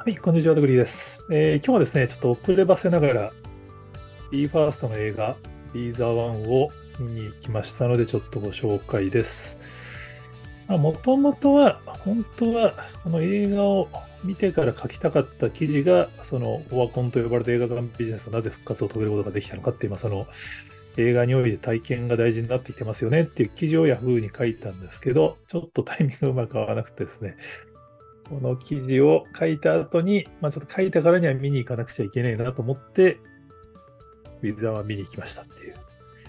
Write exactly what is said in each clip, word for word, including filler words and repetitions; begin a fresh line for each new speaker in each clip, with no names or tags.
はい、こんにちは、ドグリーです。えー今日はですね、ちょっと遅ればせながら、ビーファーストの映画、ビーザワンを見に行きましたので、ちょっとご紹介です。もともとは、本当は、この映画を見てから書きたかった記事が、そのオワコンと呼ばれる映画館ビジネスがなぜ復活を遂げることができたのかっていう、まあ、その映画において体験が大事になってきてますよねっていう記事をヤフーに書いたんですけど、ちょっとタイミングがうまく合わなくてですね、この記事を書いた後に、まあ、ちょっと書いたからには見に行かなくちゃいけないなと思って、ウィザーは見に行きましたっていう。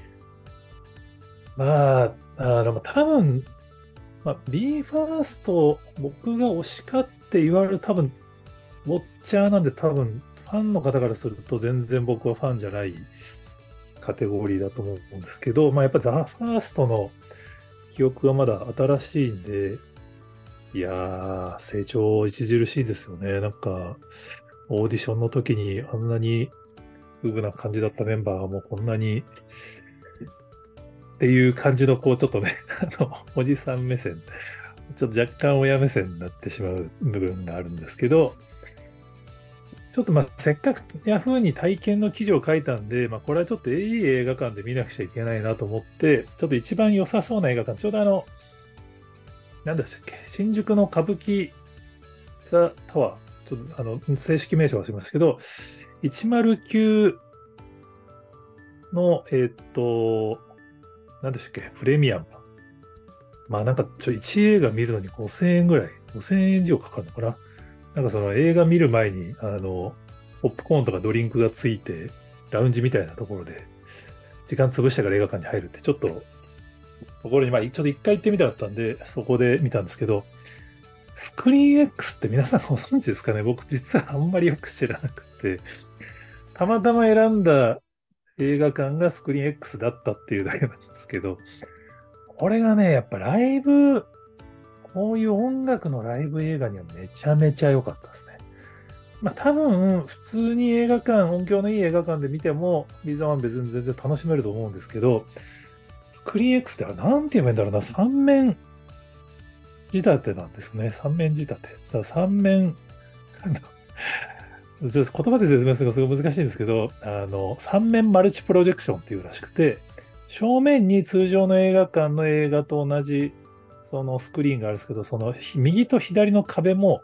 まあ、あの、多分、まあ、b ファースト、僕が推しかって言われる多分、ウォッチャーなんで多分、ファンの方からすると全然僕はファンじゃないカテゴリーだと思うんですけど、まあ、やっぱザ・ファーストの記憶がまだ新しいんで、いやー、成長著しいですよね。なんか、オーディションの時にあんなにウブな感じだったメンバーがもうこんなにっていう感じの、こう、ちょっとね、あの、おじさん目線、ちょっと若干親目線になってしまう部分があるんですけど、ちょっとまあ、せっかくヤフーに体験の記事を書いたんで、まあ、これはちょっといい映画館で見なくちゃいけないなと思って、ちょっと一番良さそうな映画館、ちょうどあの、何でしたっけ、新宿の歌舞伎ザ・タワー、ちょっとあの、正式名称は忘れましたけど、いちまるきゅうの、えーっと、何でしたっけ、プレミアム。まあなんかちょ、いち映画見るのにごせんえんぐらい、ごせんえん以上かかるのかな。なんかその映画見る前に、あの、ポップコーンとかドリンクがついて、ラウンジみたいなところで、時間潰してから映画館に入るって、ちょっと、ところに、まあちょっと一回行ってみたかったんで、そこで見たんですけど、スクリーン X って皆さんご存知ですかね？僕実はあんまりよく知らなくて、たまたま選んだ映画館がスクリーン X だったっていうだけなんですけど、これがね、やっぱライブ、こういう音楽のライブ映画にはめちゃめちゃ良かったですね。まあ多分、普通に映画館、音響のいい映画館で見ても、ビザワン別に全然楽しめると思うんですけど、スクリーン X ってあれなんて言えばいいんだろうな、三面仕立てなんですよね。三面仕立て。さ三面、言葉で説明するのがすごい難しいんですけど、あの、三面マルチプロジェクションっていうらしくて、正面に通常の映画館の映画と同じそのスクリーンがあるんですけど、その右と左の壁も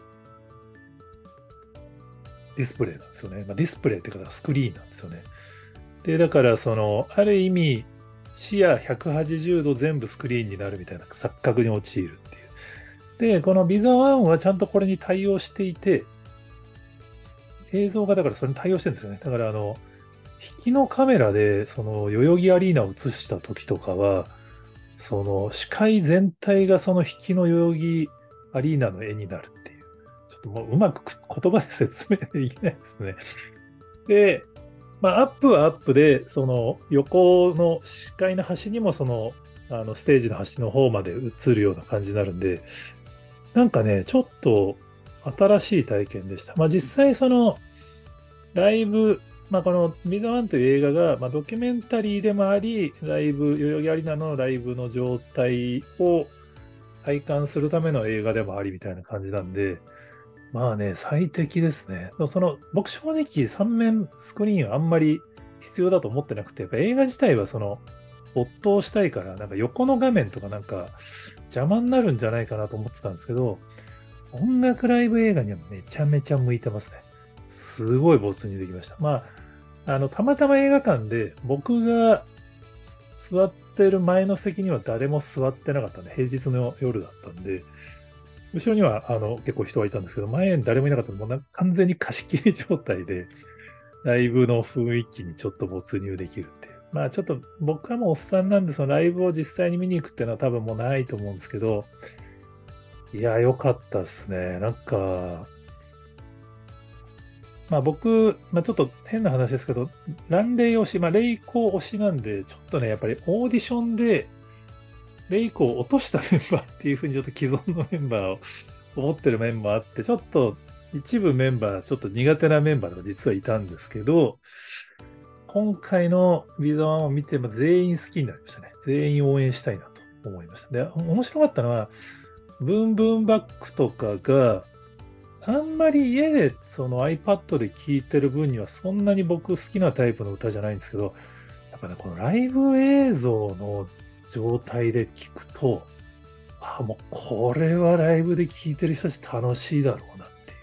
ディスプレイなんですよね。まあ、ディスプレイっていうかスクリーンなんですよね。で、だからその、ある意味、視野ひゃくはちじゅうど全部スクリーンになるみたいな錯覚に陥るっていう。で、このビザワンはちゃんとこれに対応していて、映像がだからそれに対応してるんですよね。だからあの、引きのカメラでその代々木アリーナを映した時とかは、その視界全体がその引きの代々木アリーナの絵になるっていう。ちょっともううまく言葉で説明できないですね。で、まあ、アップはアップで、その横の視界の端にもその、あのステージの端の方まで映るような感じになるんで、なんかね、ちょっと新しい体験でした。まあ実際そのライブ、まあこのビザワンという映画が、まあ、ドキュメンタリーでもあり、ライブ、代々木アリーナのライブの状態を体感するための映画でもありみたいな感じなんで、まあね、最適ですね。でもその、僕正直さん面スクリーンはあんまり必要だと思ってなくて、やっぱ映画自体はその、没頭したいから、なんか横の画面とかなんか邪魔になるんじゃないかなと思ってたんですけど、音楽ライブ映画にはめちゃめちゃ向いてますね。すごい没入できました。まあ、あの、たまたま映画館で僕が座ってる前の席には誰も座ってなかったんで、平日の夜だったんで、後ろにはあの結構人がいたんですけど、前に誰もいなかったので、もうなんか完全に貸し切り状態で、ライブの雰囲気にちょっと没入できるっていう。まあちょっと僕はもうおっさんなんで、そのライブを実際に見に行くっていうのは多分もうないと思うんですけど、いや、良かったですね。なんか、まあ僕、まあちょっと変な話ですけど、ランレイ推し、まあレイコー推しなんで、ちょっとね、やっぱりオーディションでレイコーを落としたメンバーっていうふうにちょっと既存のメンバーを思ってる面もあって、ちょっと一部メンバー、ちょっと苦手なメンバーが実はいたんですけど、今回のビザワンを見て、まあ全員好きになりましたね。全員応援したいなと思いました。で、面白かったのは、ブーンブーンバックとかが、 あんまり家でその iPad で聴いてる分にはそんなに僕好きなタイプの歌じゃないんですけど、やっぱね、このライブ映像の状態で聞くと、あ、もうこれはライブで聴いてる人たち楽しいだろうなっていう。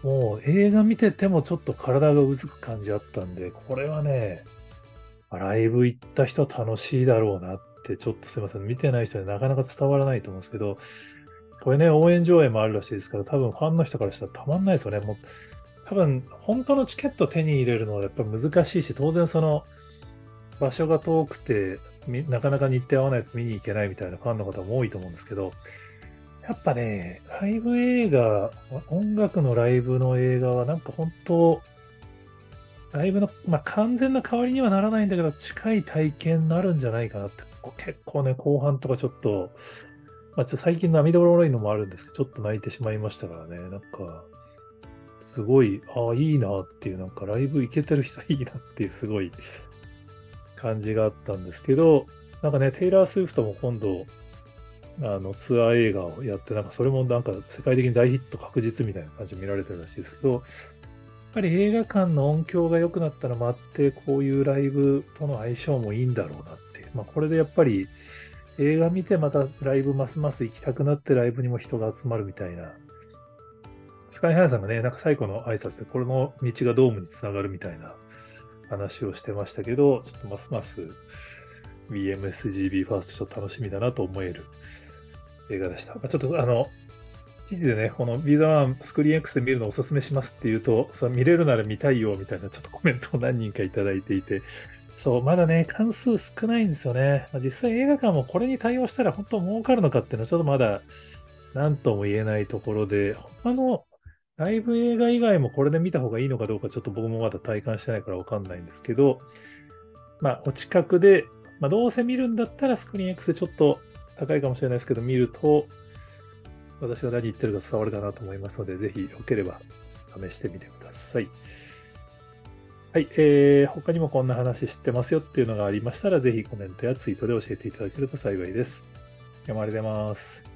もう映画見ててもちょっと体がうずく感じあったんで、これはね、ライブ行った人は楽しいだろうなって、ちょっとすいません、見てない人になかなか伝わらないと思うんですけど、これね、応援上映もあるらしいですから、多分ファンの人からしたらたまんないですよね。もう多分、本当のチケット手に入れるのはやっぱり難しいし、当然その場所が遠くて、みなかなか日程合わないと見に行けないみたいなファンの方も多いと思うんですけど、やっぱね、ライブ映画、音楽のライブの映画はなんか本当、ライブの、まあ、完全な代わりにはならないんだけど、近い体験になるんじゃないかなって、こう結構ね、後半とかちょっと、まあ、ちょっと最近涙もろいのもあるんですけど、ちょっと泣いてしまいましたからね、なんか、すごい、ああ、いいなっていう、なんかライブ行けてる人いいなっていう、すごい感じがあったんですけど、なんかね、テイラー・スウィフトも今度、あのツアー映画をやって、なんかそれもなんか世界的に大ヒット確実みたいな感じで見られてるらしいですけど、やっぱり映画館の音響が良くなったのもあって、こういうライブとの相性もいいんだろうなっていう。まあ、これでやっぱり映画見てまたライブますます行きたくなってライブにも人が集まるみたいな。スカイハイさんがね、なんか最後の挨拶でこれの道がドームにつながるみたいな話をしてましたけど、ちょっとますます ビーエムエスジービー ファーストちょっと楽しみだなと思える映画でした。まあ、ちょっとあの、記事でね、このビーザワンスクリーン X で見るのをおすすめしますっていうと、そ見れるなら見たいよみたいなちょっとコメントを何人かいただいていて、そう、まだね、関数少ないんですよね。まあ、実際映画館もこれに対応したら本当儲かるのかっていうのはちょっとまだ何とも言えないところで、他のライブ映画以外もこれで見た方がいいのかどうかちょっと僕もまだ体感してないからわかんないんですけど、まあ、お近くで、まあ、どうせ見るんだったらスクリーン X でちょっと高いかもしれないですけど、見ると、私が何言ってるか伝わるかなと思いますので、ぜひよければ試してみてください。はい、えー、他にもこんな話知ってますよっていうのがありましたら、ぜひコメントやツイートで教えていただけると幸いです。山ありがとうございます。